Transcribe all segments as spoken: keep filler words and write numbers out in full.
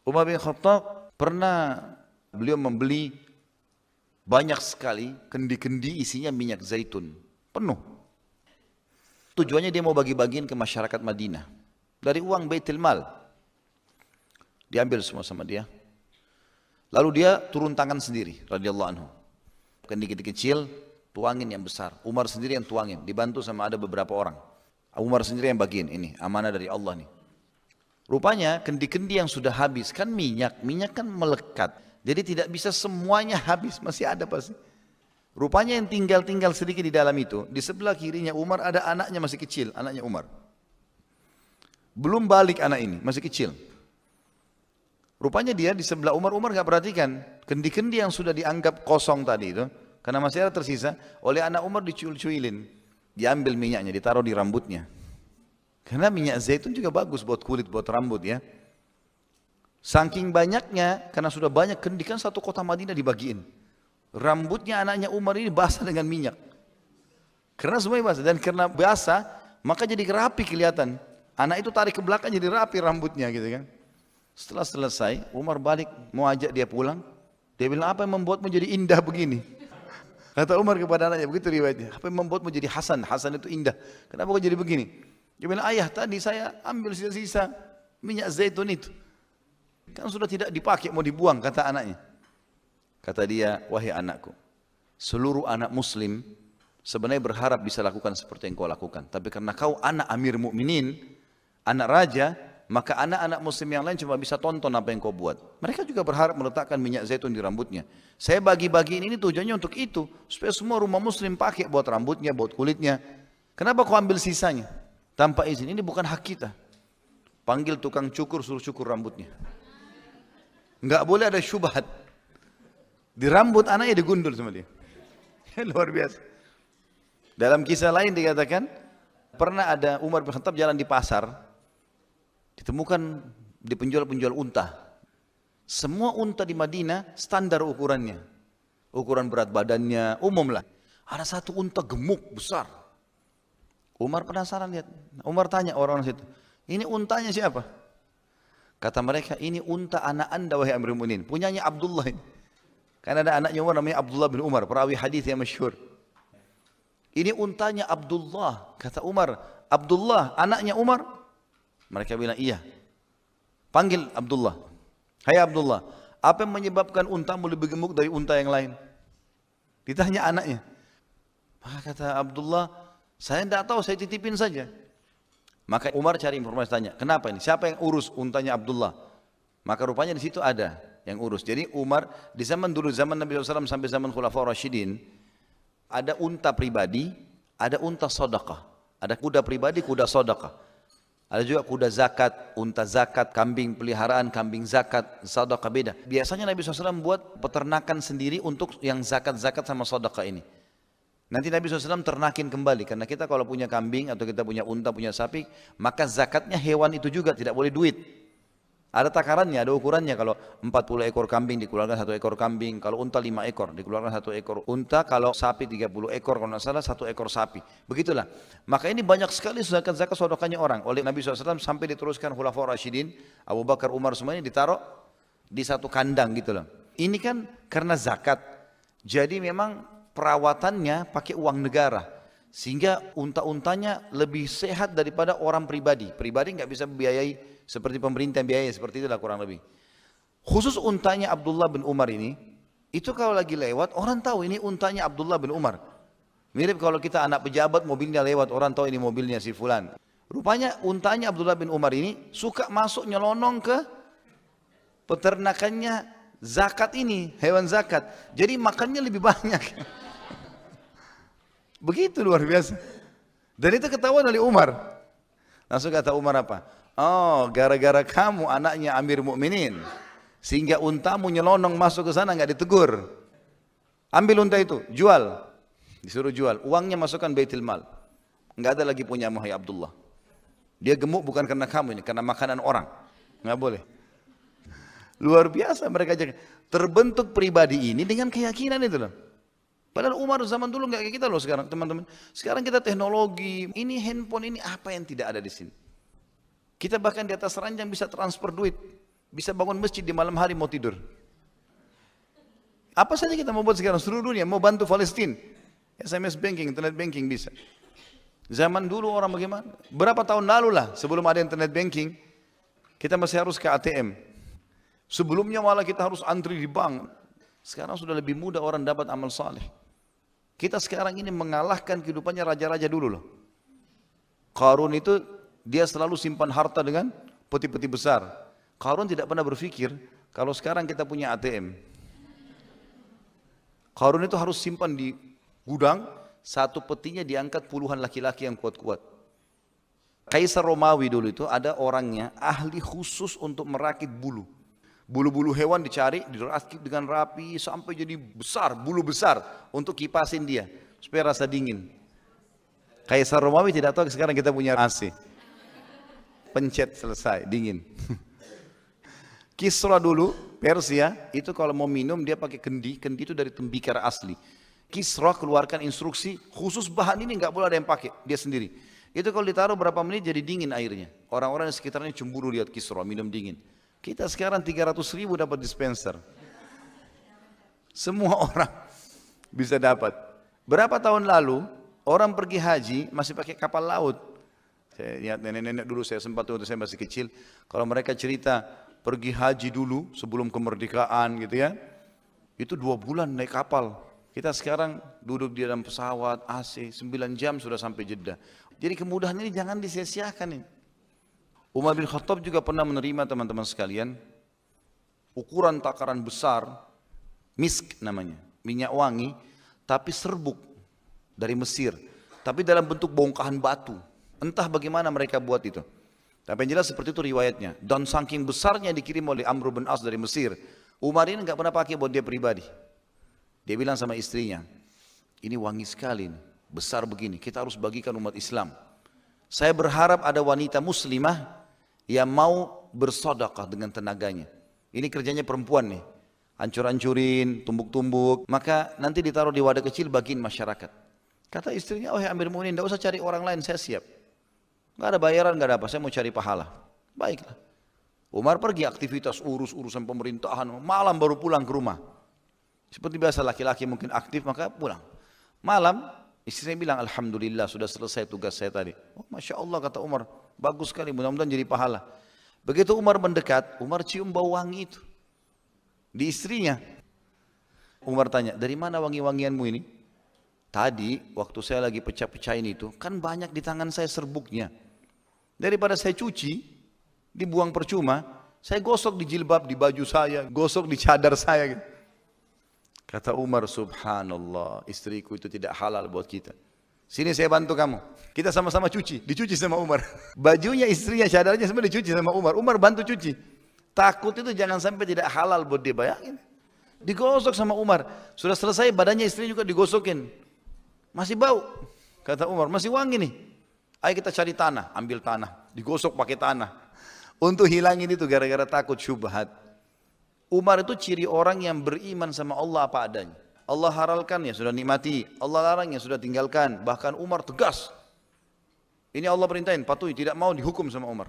Umar bin Khattab pernah beliau membeli banyak sekali kendi-kendi isinya minyak zaitun, penuh. Tujuannya dia mau bagi-bagiin ke masyarakat Madinah. Dari uang Baitul Mal. Diambil semua sama dia. Lalu dia turun tangan sendiri, radhiyallahu anhu. Kendi-kendi kecil, tuangin yang besar. Umar sendiri yang tuangin, dibantu sama ada beberapa orang. Umar sendiri yang bagiin, ini amanah dari Allah nih. Rupanya kendi-kendi yang sudah habis, kan minyak, minyak kan melekat. Jadi tidak bisa semuanya habis, masih ada pasti. Rupanya yang tinggal-tinggal sedikit di dalam itu, di sebelah kirinya Umar ada anaknya masih kecil, anaknya Umar. Belum balik anak ini, masih kecil. Rupanya dia di sebelah Umar, Umar gak perhatikan. Kendi-kendi yang sudah dianggap kosong tadi itu, karena masih ada tersisa, oleh anak Umar dicuil-cuilin. Diambil minyaknya, ditaruh di rambutnya. Karena minyak zaitun juga bagus buat kulit, buat rambut ya. Saking banyaknya, karena sudah banyak kendi, kan satu kota Madinah dibagiin. Rambutnya anaknya Umar ini basah dengan minyak. Karena semuanya basah, dan karena basah, maka jadi rapi kelihatan. Anak itu tarik ke belakang jadi rapi rambutnya gitu kan. Setelah selesai, Umar balik mau ajak dia pulang. Dia bilang, apa yang membuatmu jadi indah begini? Kata Umar kepada anaknya, begitu riwayatnya. Apa yang membuatmu jadi Hasan? Hasan itu indah. Kenapa kau jadi begini? Dia bilang, ayah tadi saya ambil sisa-sisa minyak zaitun itu. Kan sudah tidak dipakai, mau dibuang, kata anaknya. Kata dia, wahai anakku, seluruh anak muslim sebenarnya berharap bisa lakukan seperti yang kau lakukan. Tapi karena kau anak Amir Mukminin, anak raja, maka anak-anak muslim yang lain cuma bisa tonton apa yang kau buat. Mereka juga berharap meletakkan minyak zaitun di rambutnya. Saya bagi-bagiin ini tujuannya untuk itu, supaya semua rumah muslim pakai buat rambutnya, buat kulitnya. Kenapa kau ambil sisanya? Tanpa izin, ini bukan hak kita. Panggil tukang cukur, suruh cukur rambutnya. Enggak boleh ada syubhat. Di rambut anaknya digundul sama dia. Luar biasa. Dalam kisah lain dikatakan, pernah ada Umar bin Khattab jalan di pasar, ditemukan di penjual-penjual unta. Semua unta di Madinah standar ukurannya. Ukuran berat badannya, umum lah. Ada satu unta gemuk, besar. Umar penasaran lihat. Umar tanya orang-orang situ, ini untanya siapa? Kata mereka, ini unta anak anda wahai Amirul Mukminin, punyanya Abdullah ini. Karena ada anaknya Umar namanya Abdullah bin Umar, perawi hadis yang masyhur. Ini untanya Abdullah. Kata Umar, Abdullah anaknya Umar? Mereka bilang iya. Panggil Abdullah. Hai Abdullah, apa yang menyebabkan untamu lebih gemuk dari unta yang lain? Ditanya anaknya. Maka kata Abdullah, saya tidak tahu, saya titipin saja. Maka Umar cari informasi, tanya, kenapa ini? Siapa yang urus untanya Abdullah? Maka rupanya di situ ada yang urus. Jadi Umar di zaman dulu, zaman Nabi shallallahu alaihi wasallam sampai zaman Khulafaur Rasyidin, ada unta pribadi, ada unta sedekah. Ada kuda pribadi, kuda sedekah. Ada juga kuda zakat, unta zakat, kambing peliharaan, kambing zakat, sedekah beda. Biasanya Nabi shallallahu alaihi wasallam buat peternakan sendiri untuk yang zakat-zakat sama sedekah ini. Nanti Nabi shallallahu alaihi wasallam ternakin kembali. Karena kita kalau punya kambing atau kita punya unta, punya sapi, maka zakatnya hewan itu juga, tidak boleh duit. Ada takarannya, ada ukurannya. Kalau empat puluh ekor kambing dikeluarkan satu ekor kambing. Kalau unta lima ekor dikeluarkan satu ekor unta. Kalau sapi tiga puluh ekor, kalau tidak salah satu ekor sapi. Begitulah. Maka ini banyak sekali zakat-zakat sedekahnya orang. Oleh Nabi shallallahu alaihi wasallam sampai diteruskan Khulafaur Rasyidin, Abu Bakar, Umar, semuanya ditaruh di satu kandang gitu loh. Ini kan karena zakat. Jadi memang perawatannya pakai uang negara. Sehingga unta-untanya lebih sehat daripada orang pribadi. Pribadi nggak bisa membiayai seperti pemerintah yang biaya, seperti itulah kurang lebih. Khusus untanya Abdullah bin Umar ini, itu kalau lagi lewat, orang tahu ini untanya Abdullah bin Umar. Mirip kalau kita anak pejabat, mobilnya lewat, orang tahu ini mobilnya si fulan. Rupanya untanya Abdullah bin Umar ini suka masuk nyelonong ke peternakannya zakat ini, hewan zakat. Jadi makannya lebih banyak. Begitu luar biasa. Dan itu ketahuan oleh Umar. Langsung kata Umar apa? Oh, gara-gara kamu anaknya Amir Mukminin, sehingga untamu nyelonong masuk ke sana nggak ditegur. Ambil unta itu, jual. Disuruh jual. Uangnya masukkan Baitul Mal. Nggak ada lagi punya Muhammad Abdullah. Dia gemuk bukan karena kamu ini, karena makanan orang. Nggak boleh. Luar biasa mereka jaga. Terbentuk pribadi ini dengan keyakinan itu loh. Padahal Umar zaman dulu nggak kayak kita loh sekarang, teman-teman. Sekarang kita teknologi, ini handphone, ini apa yang tidak ada di sini. Kita bahkan di atas ranjang bisa transfer duit. bisa bangun masjid di malam hari mau tidur. Apa saja kita mau buat sekarang, seluruh dunia mau bantu Palestina, S M S banking, internet banking bisa. Zaman dulu orang bagaimana? Berapa tahun lalu lah sebelum ada internet banking, kita masih harus ke A T M. Sebelumnya malah kita harus antri di bank. Sekarang sudah lebih mudah orang dapat amal saleh. Kita sekarang ini mengalahkan kehidupannya raja-raja dulu loh. Qarun itu dia selalu simpan harta dengan peti-peti besar. Qarun tidak pernah berpikir kalau sekarang kita punya A T M. Qarun itu harus simpan di gudang, satu petinya diangkat puluhan laki-laki yang kuat-kuat. Kaisar Romawi dulu itu ada orangnya ahli khusus untuk merakit bulu. Bulu-bulu hewan dicari, dirakit dengan rapi sampai jadi besar, bulu besar untuk kipasin dia supaya rasa dingin. Kaisar Romawi tidak tahu sekarang kita punya A C. Pencet selesai, dingin. Kisra dulu, Persia, itu kalau mau minum dia pakai kendi, kendi itu dari tembikar asli. Kisra keluarkan instruksi, khusus bahan ini nggak boleh ada yang pakai, dia sendiri. Itu kalau ditaruh berapa menit jadi dingin airnya. Orang-orang di sekitarnya cemburu lihat Kisra minum dingin. Kita sekarang tiga ratus ribu dapat dispenser. Semua orang bisa dapat. Berapa tahun lalu, orang pergi haji masih pakai kapal laut. Saya lihat nenek-nenek dulu, saya sempat waktu saya masih kecil, kalau mereka cerita, pergi haji dulu sebelum kemerdekaan gitu ya, itu dua bulan naik kapal. Kita sekarang duduk di dalam pesawat A C sembilan jam sudah sampai Jeddah. Jadi kemudahan ini jangan disia-siakan ini. Umar bin Khattab juga pernah menerima teman-teman sekalian ukuran takaran besar, misk namanya, minyak wangi, tapi serbuk dari Mesir, tapi dalam bentuk bongkahan batu. Entah bagaimana mereka buat itu. Tapi yang jelas seperti itu riwayatnya. Dan saking besarnya dikirim oleh Amr bin As dari Mesir. Umar ini nggak pernah pakai buat dia pribadi. Dia bilang sama istrinya, ini wangi sekali, besar begini, kita harus bagikan umat Islam. Saya berharap ada wanita muslimah yang mau bersedekah dengan tenaganya. Ini kerjanya perempuan nih, hancur-hancurin, tumbuk-tumbuk, maka nanti ditaruh di wadah kecil bagiin masyarakat. Kata istrinya, oh ya Amir Mu'minin, tidak usah cari orang lain, saya siap. Nggak ada bayaran, nggak ada apa, saya mau cari pahala. Baiklah. Umar pergi aktivitas urus urusan pemerintahan, malam baru pulang ke rumah. Seperti biasa laki-laki mungkin aktif maka pulang. Malam istrinya bilang, alhamdulillah sudah selesai tugas saya tadi. Oh, Masya Allah kata Umar, bagus sekali, mudah-mudahan jadi pahala. Begitu Umar mendekat, Umar cium bau wangi itu di istrinya. Umar tanya, dari mana wangi-wangianmu ini? Tadi waktu saya lagi pecah-pecahin itu, kan banyak di tangan saya serbuknya. Daripada saya cuci, dibuang percuma, saya gosok di jilbab, di baju saya, gosok di cadar saya. Kata Umar, subhanallah, istriku itu tidak halal buat kita. Sini saya bantu kamu. Kita sama-sama cuci, dicuci sama Umar. Bajunya istrinya, cadarnya semua dicuci sama Umar. Umar bantu cuci. Takut itu jangan sampai tidak halal buat dia, bayangin. Digosok sama Umar. Sudah selesai, badannya istrinya juga digosokin. Masih bau. Kata Umar, masih wangi nih. Ayo kita cari tanah, ambil tanah, digosok pakai tanah. Untuk hilangin itu gara-gara takut syubhat. Umar itu ciri orang yang beriman sama Allah apa adanya. Allah halalkan ya sudah nikmati, Allah larang ya sudah tinggalkan. Bahkan Umar tegas. Ini Allah perintahin, patuhi, tidak mau dihukum sama Umar.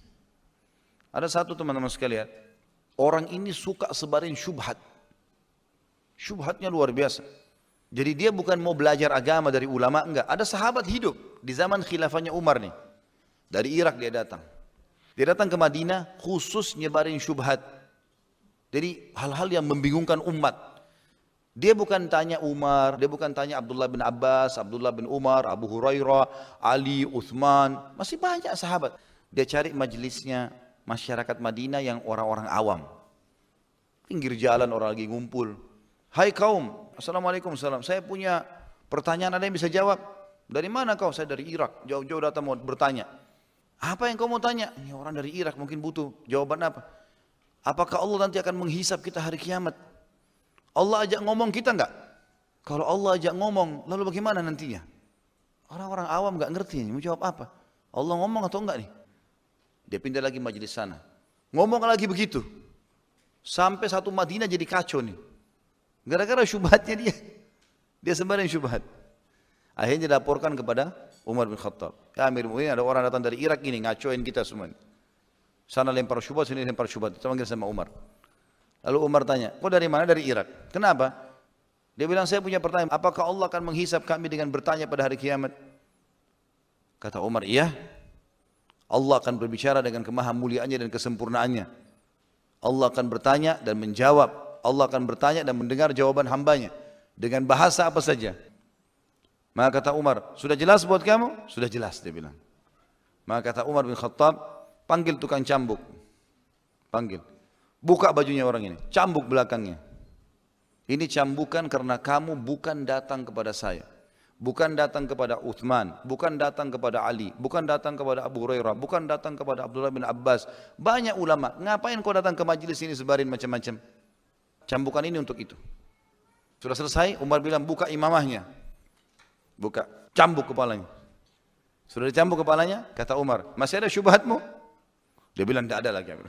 Ada satu teman-teman sekalian, orang ini suka sebarin syubhat. Syubhatnya luar biasa. Jadi dia bukan mau belajar agama dari ulama, enggak. Ada sahabat hidup di zaman khilafahnya Umar nih. Dari Irak dia datang. Dia datang ke Madinah khusus nyebarin syubhat. Jadi hal-hal yang membingungkan umat. Dia bukan tanya Umar, dia bukan tanya Abdullah bin Abbas, Abdullah bin Umar, Abu Hurairah, Ali, Uthman. Masih banyak sahabat. Dia cari majelisnya masyarakat Madinah yang orang-orang awam. Pinggir jalan orang lagi ngumpul. Hai kaum, assalamualaikum, salam. Saya punya pertanyaan, ada yang bisa jawab? Dari mana kau? Saya dari Irak, jauh-jauh datang mau bertanya. Apa yang kau mau tanya? Ini orang dari Irak mungkin butuh jawaban apa? Apakah Allah nanti akan menghisap kita hari kiamat? Allah ajak ngomong kita enggak? Kalau Allah ajak ngomong, lalu bagaimana nantinya? Orang-orang awam enggak ngerti, mau jawab apa? Allah ngomong atau enggak nih? Dia pindah lagi majelis sana. Ngomong lagi begitu. Sampai satu Madinah jadi kacau nih. Gara-gara syubhatnya dia. Dia sebarin syubhat. Akhirnya dilaporkan kepada Umar bin Khattab. Ya Amir Mu'minin, ada orang datang dari Irak ini ngacoin kita semua. Sana lempar syubhat, sini lempar syubhat. Dia panggil sama Umar. Lalu Umar tanya, kau dari mana? Dari Irak. Kenapa? Dia bilang, saya punya pertanyaan, apakah Allah akan menghisap kami dengan bertanya pada hari kiamat? Kata Umar, iya. Allah akan berbicara dengan kemahamuliaannya dan kesempurnaannya. Allah akan bertanya dan menjawab. Allah akan bertanya dan mendengar jawaban hambanya. Dengan bahasa apa saja. Maka kata Umar, sudah jelas buat kamu? Sudah jelas, dia bilang. Maka kata Umar bin Khattab, panggil tukang cambuk. Panggil. Buka bajunya orang ini, cambuk belakangnya. Ini cambukan karena kamu bukan datang kepada saya. Bukan datang kepada Uthman, bukan datang kepada Ali, bukan datang kepada Abu Hurairah, bukan datang kepada Abdullah bin Abbas. Banyak ulama, ngapain kau datang ke majelis ini sebarin macam-macam? Cambukan ini untuk itu. Sudah selesai, Umar bilang buka imamahnya. Buka, cambuk kepalanya. Sudah dicambuk kepalanya, kata Umar, masih ada syubhatmu? Dia bilang tidak ada lagi.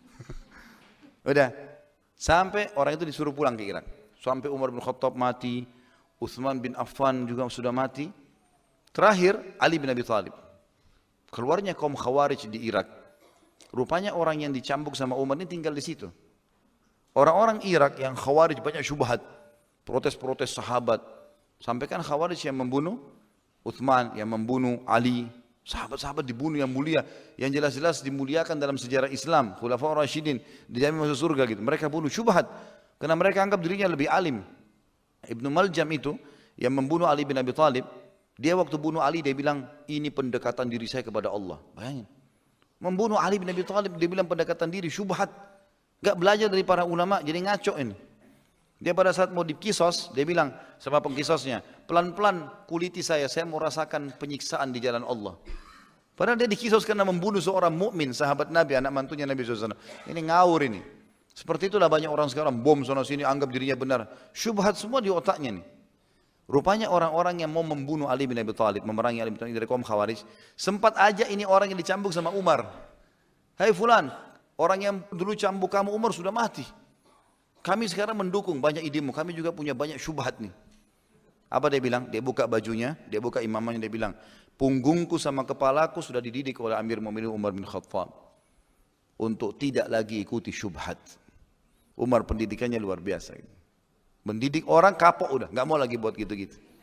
Udah, sampai orang itu disuruh pulang ke Irak. Sampai Umar bin Khattab mati, Uthman bin Affan juga sudah mati. Terakhir Ali bin Abi Thalib. Keluarnya kaum Khawarij di Irak. Rupanya orang yang dicambuk sama Umar ini tinggal di situ. Orang-orang Irak yang Khawarij banyak syubhat, protes-protes sahabat. Sampai kan Khawarij yang membunuh Uthman, yang membunuh Ali, sahabat-sahabat dibunuh yang mulia, yang jelas-jelas dimuliakan dalam sejarah Islam, Khulafaur Rasyidin, dijamin masuk surga gitu. Mereka bunuh syubhat, karena mereka anggap dirinya lebih alim. Ibnu Maljam itu, yang membunuh Ali bin Abi Thalib, dia waktu bunuh Ali, dia bilang, ini pendekatan diri saya kepada Allah. Bayangin. Membunuh Ali bin Abi Thalib, dia bilang pendekatan diri, syubhat. Gak belajar dari para ulama, jadi ngaco ini. Dia pada saat mau dikisos, dia bilang sama pengkisosnya, pelan-pelan kuliti saya, saya mau rasakan penyiksaan di jalan Allah. Padahal dia dikisos karena membunuh seorang mukmin, sahabat Nabi, anak mantunya Nabi shallallahu alaihi wasallam. Ini ngawur ini. Seperti itulah banyak orang sekarang, bom sana sini, anggap dirinya benar. Syubhat semua di otaknya nih. Rupanya orang-orang yang mau membunuh Ali bin Abi Thalib, memerangi Ali bin Abi Thalib dari kaum Khawarij, sempat aja ini orang yang dicambuk sama Umar. Hai fulan, orang yang dulu cambuk kamu Umar sudah mati. Kami sekarang mendukung banyak idemu, kami juga punya banyak syubhat nih. Apa dia bilang? Dia buka bajunya, dia buka imamahnya, dia bilang, punggungku sama kepalaku sudah dididik oleh Amir Mu'minin Umar bin Khattab untuk tidak lagi ikuti syubhat. Umar pendidikannya luar biasa. Mendidik orang kapok udah, nggak mau lagi buat gitu-gitu.